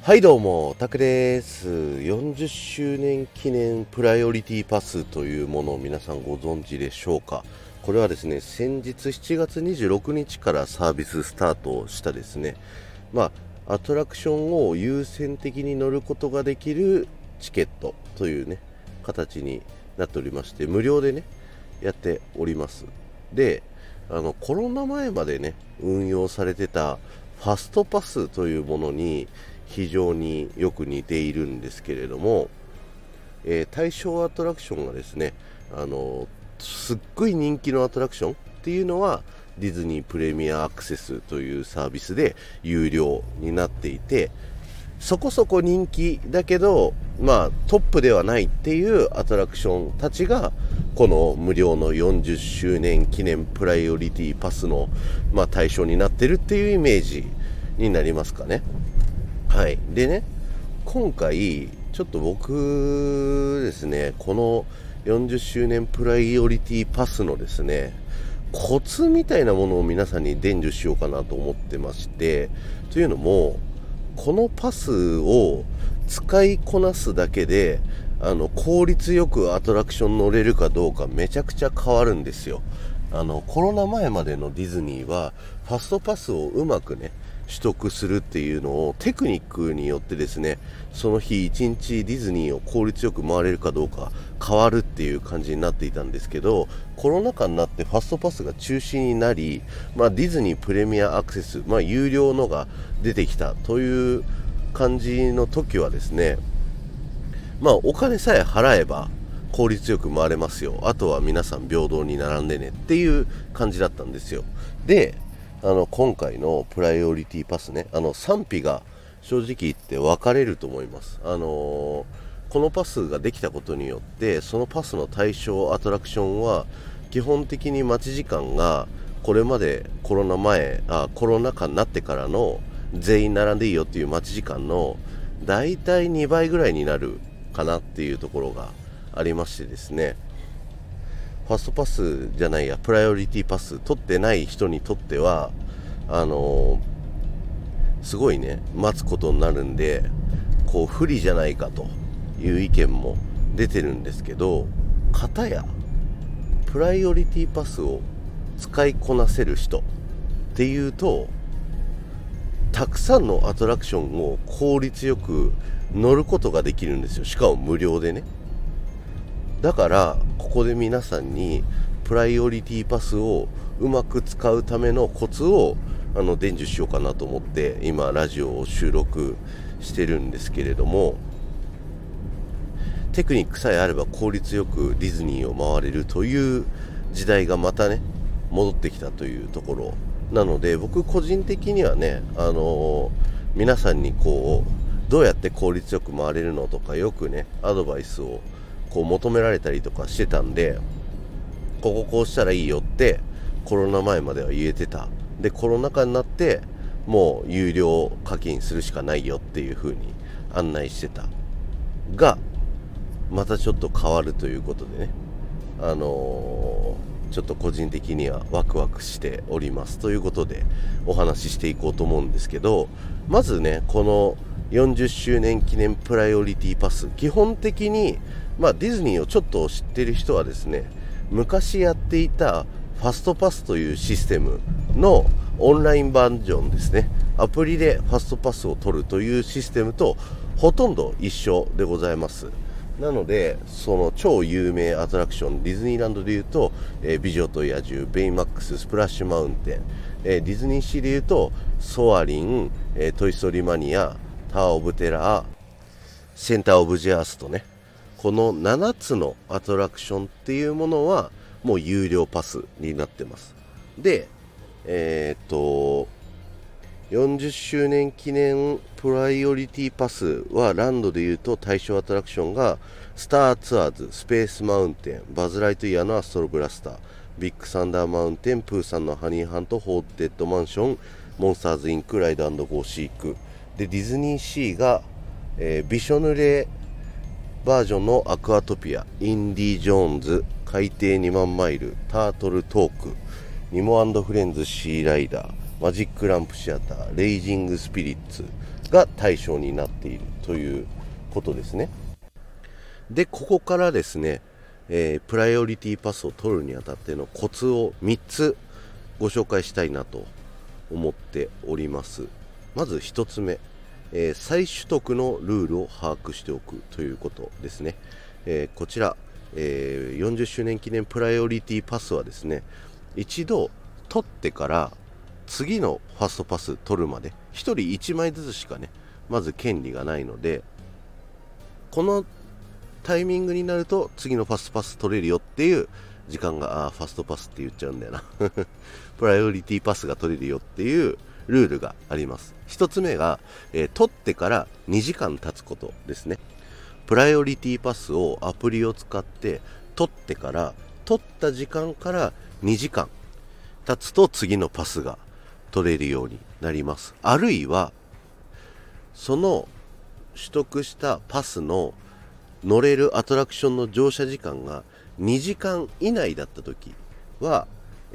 はいどうも、タクです。40周年記念プライオリティパスというものを皆さんご存知でしょうか。これはですね、先日7月26日からサービススタートしたですね、アトラクションを優先的に乗ることができるチケットというね、形になっておりまして、無料でね、やっております。で、コロナ前までね、運用されてたファストパスというものに非常によく似ているんですけれども、対象アトラクションがですね、すっごい人気のアトラクションっていうのはディズニープレミアアクセスというサービスで有料になっていて、そこそこ人気だけど、トップではないっていうアトラクションたちがこの無料の40周年記念プライオリティパスの、対象になってるっていうイメージになりますかね。はい。でね、今回ちょっと僕ですね、この40周年プライオリティパスのですね、コツみたいなものを皆さんに伝授しようかなと思ってまして、というのも、このパスを使いこなすだけで効率よくアトラクション乗れるかどうかめちゃくちゃ変わるんですよ。コロナ前までのディズニーはファストパスをうまくね取得するっていうのをテクニックによってですね、その日一日ディズニーを効率よく回れるかどうか変わるっていう感じになっていたんですけど、コロナ禍になってファストパスが中止になり、ディズニープレミアアクセス、有料のが出てきたという感じの時はですね、お金さえ払えば効率よく回れますよ、あとは皆さん平等に並んでねっていう感じだったんですよ。で、今回のプライオリティパスね、賛否が正直言って分かれると思います。このパスができたことによって、そのパスの対象アトラクションは基本的に待ち時間がこれまでコロナ禍になってからの全員並んでいいよっていう待ち時間のだいたい2倍ぐらいになるかなっていうところがありましてですね、ファストパスじゃないやプライオリティパス取ってない人にとってはすごいね待つことになるんで、こう不利じゃないかという意見も出てるんですけど、片やプライオリティパスを使いこなせる人っていうと、たくさんのアトラクションを効率よく乗ることができるんですよ。しかも無料でね。だからここで皆さんにプライオリティパスをうまく使うためのコツを伝授しようかなと思って今ラジオを収録してるんですけれども、テクニックさえあれば効率よくディズニーを回れるという時代がまたね戻ってきたというところなので、僕個人的にはね、皆さんにこうどうやって効率よく回れるのとかよくねアドバイスをこう求められたりとかしてたんで、こうしたらいいよってコロナ前までは言えてた。でコロナ禍になってもう有料課金するしかないよっていう風に案内してたが、またちょっと変わるということでね、ちょっと個人的にはワクワクしておりますということでお話ししていこうと思うんですけど、まずねこの40周年記念プライオリティパス、基本的にディズニーをちょっと知っている人はですね、昔やっていたファストパスというシステムのオンラインバージョンですね、アプリでファストパスを取るというシステムとほとんど一緒でございます。なのでその超有名アトラクション、ディズニーランドでいうと、美女と野獣、ベイマックス、スプラッシュマウンテン、ディズニーシーでいうとソアリン、トイストーリーマニア、タワーオブテラー、センターオブジェアースとね、この7つのアトラクションっていうものはもう有料パスになってます。で40周年記念プライオリティパスはランドでいうと対象アトラクションがスターツアーズ、スペースマウンテン、バズ・ライトイヤーのアストロブラスター、ビッグサンダーマウンテン、プーさんのハニーハント、ホーテッドマンション、モンスターズインク、ライド&ゴーシークで、ディズニーシーが、びしょ濡れバージョンのアクアトピア、インディ・ジョーンズ、海底2万マイル、タートルトーク、ニモ&フレンズシーライダー、マジックランプシアター、レイジングスピリッツ、 が対象になっているということですね。で、ここからですね、プライオリティパスを取るにあたってのコツを3つご紹介したいなと思っております。まず1つ目、再取得のルールを把握しておくということですね。こちら、40周年記念プライオリティパスはですね、一度取ってから次のファストパス取るまで1人1枚ずつしかね、まず権利がないので、このタイミングになると次のファストパス取れるよっていう時間が、ファストパスって言っちゃうんだよなプライオリティパスが取れるよっていうルールがあります。一つ目が、取ってから2時間経つことですね。プライオリティパスをアプリを使って取ってから取った時間から2時間経つと次のパスが取れるようになります。あるいはその取得したパスの乗れるアトラクションの乗車時間が2時間以内だった時は、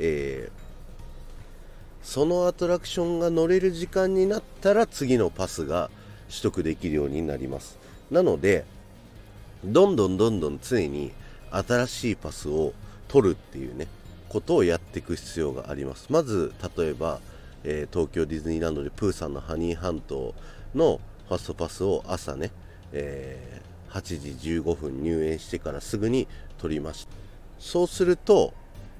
そのアトラクションが乗れる時間になったら次のパスが取得できるようになります。なのでどんどん常に新しいパスを取るっていうねことをやっていく必要があります。まず例えば、東京ディズニーランドでプーさんのハニーハントのファストパスを朝ね、8時15分入園してからすぐに取りました。そうすると、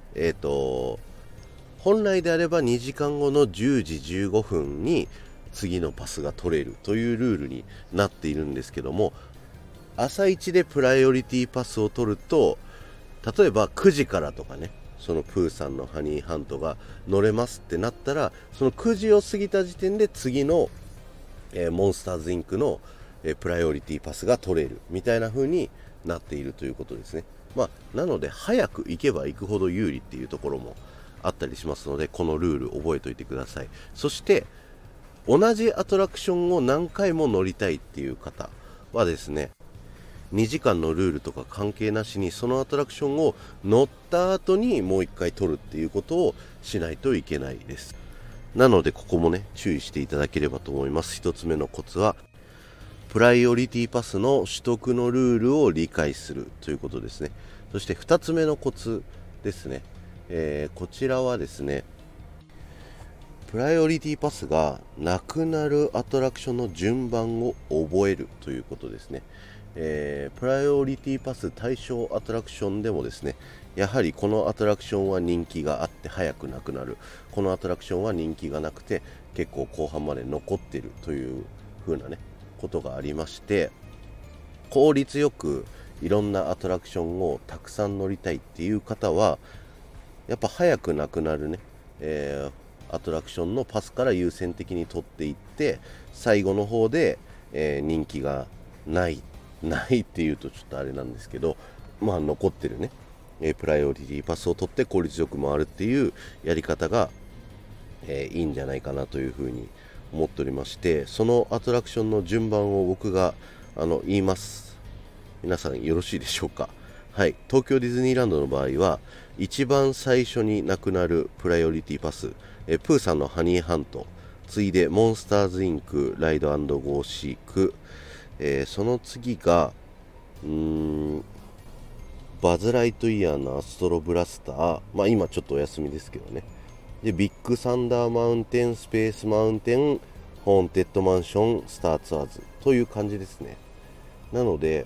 本来であれば2時間後の10時15分に次のパスが取れるというルールになっているんですけども、朝一でプライオリティパスを取ると、例えば9時からとかね、そのプーさんのハニーハントが乗れますってなったら、その9時を過ぎた時点で次の、モンスターズインクの、プライオリティパスが取れるみたいな風になっているということですね。なので早く行けば行くほど有利っていうところもあったりしますので、このルール覚えておいてください。そして同じアトラクションを何回も乗りたいっていう方はですね、2時間のルールとか関係なしにそのアトラクションを乗った後にもう1回取るっていうことをしないといけないです。なのでここもね注意していただければと思います。1つ目のコツはプライオリティパスの取得のルールを理解するということですね。そして2つ目のコツですね、こちらはですね、プライオリティパスがなくなるアトラクションの順番を覚えるということですね。プライオリティパス対象アトラクションでもですね、やはりこのアトラクションは人気があって早くなくなる、このアトラクションは人気がなくて結構後半まで残っているという風なねことがありまして、効率よくいろんなアトラクションをたくさん乗りたいっていう方はやっぱ早くなくなるね、アトラクションのパスから優先的に取っていって、最後の方で、人気がないっていうとちょっとあれなんですけど、残ってるね、プライオリティパスを取って効率よく回るっていうやり方が、いいんじゃないかなというふうに思っておりまして、そのアトラクションの順番を僕が言います。皆さんよろしいでしょうか。はい、東京ディズニーランドの場合は一番最初になくなるプライオリティパス、プーさんのハニーハント、次いでモンスターズインクライド&ゴーシーク、その次がバズ・ライトイヤーのアストロブラスター、今ちょっとお休みですけどね。でビッグサンダーマウンテン、スペースマウンテン、ホーンテッドマンション、スターツアーズという感じですね。なので、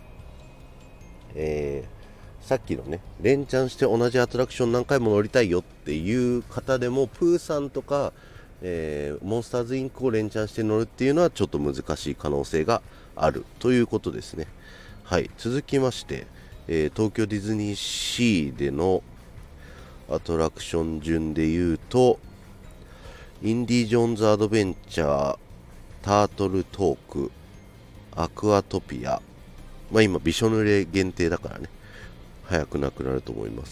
さっきのね連チャンして同じアトラクション何回も乗りたいよっていう方でもプーさんとか、モンスターズインクを連チャンして乗るっていうのはちょっと難しい可能性があるということですね。はい、続きまして、東京ディズニーシーでのアトラクション順で言うと、インディ・ジョーンズ・アドベンチャー、タートルトーク、アクアトピア、今びしょ濡れ限定だからね早くなくなると思います。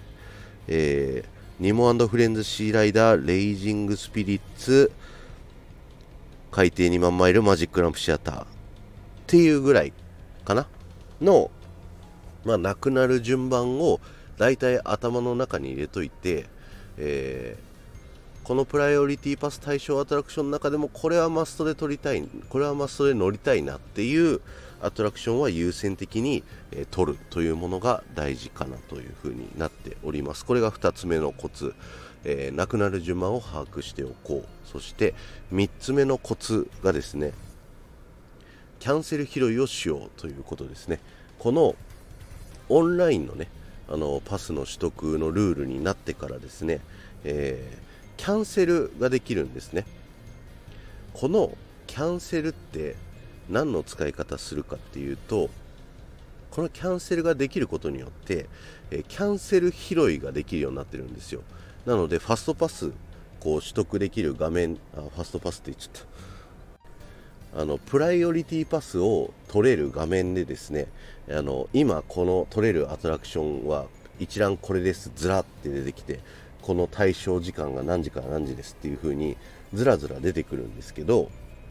ニモ&フレンズシーライダー、レイジングスピリッツ、海底2万マイル、マジックランプシアターっていうぐらいかなの、なくなる順番をだいたい頭の中に入れといて、 このプライオリティパス対象アトラクションの中でもこれはマストで取りたい、これはマストで乗りたいなっていうアトラクションは優先的に、取るというものが大事かなというふうになっております。これが2つ目のコツ、なくなる順番を把握しておこう。そして3つ目のコツがですね、キャンセル拾いをしようということですね。このオンラインのね、パスの取得のルールになってからですね、キャンセルができるんですね。このキャンセルって何の使い方するかっていうと、このキャンセルができることによって、キャンセル拾いができるようになってるんですよ。なのでファストパスこう取得できる画面、ファストパスって言っちゃった、プライオリティパスを取れる画面でですね、今この取れるアトラクションは一覧これですずらって出てきて、この対象時間が何時から何時ですっていう風にずらずら出てくるんですけど、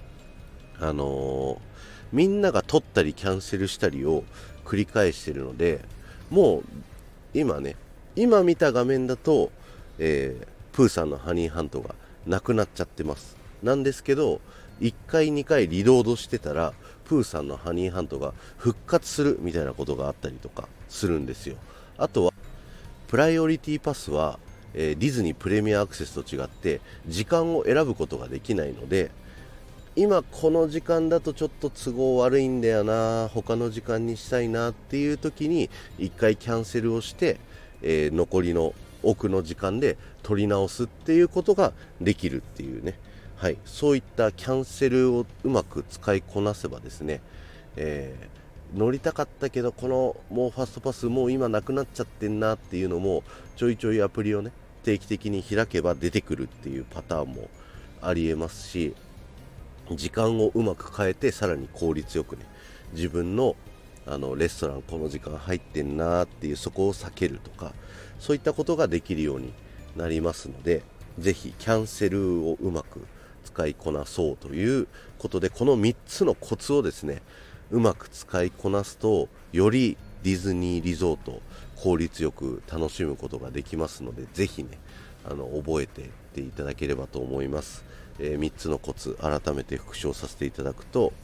みんなが取ったりキャンセルしたりを繰り返しているので、もう今見た画面だと、プーさんのハニーハントがなくなっちゃってます。なんですけど1回2回リロードしてたらプーさんのハニーハントが復活するみたいなことがあったりとかするんですよ。あとはプライオリティパスは、ディズニープレミアアクセスと違って時間を選ぶことができないので、今この時間だとちょっと都合悪いんだよな、他の時間にしたいなっていう時に1回キャンセルをして、残りの奥の時間で取り直すっていうことができるっていうね、はい、そういったキャンセルをうまく使いこなせばですね、乗りたかったけどこのもうファストパスもう今なくなっちゃってんなっていうのもちょいちょいアプリをね定期的に開けば出てくるっていうパターンもありえますし、時間をうまく変えてさらに効率よくね、自分のレストランこの時間入ってんなっていうそこを避けるとか、そういったことができるようになりますので、ぜひキャンセルをうまく使いこなそうということで、この3つのコツをですねうまく使いこなすと、よりディズニーリゾート効率よく楽しむことができますので、ぜひね覚えていっていただければと思います。3つのコツ改めて復唱させていただくと、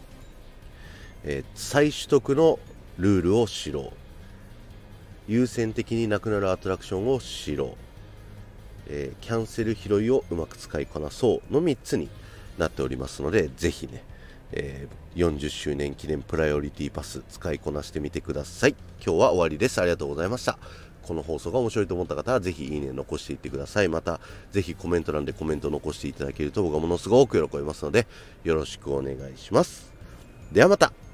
再取得のルールを知ろう、優先的になくなるアトラクションを知ろう、キャンセル拾いをうまく使いこなそうの3つになっておりますので、ぜひね、40周年記念プライオリティパス使いこなしてみてください。今日は終わりです。ありがとうございました。この放送が面白いと思った方はぜひいいね残していってください。またぜひコメント欄でコメント残していただけると僕はものすごく喜びますのでよろしくお願いします。ではまた。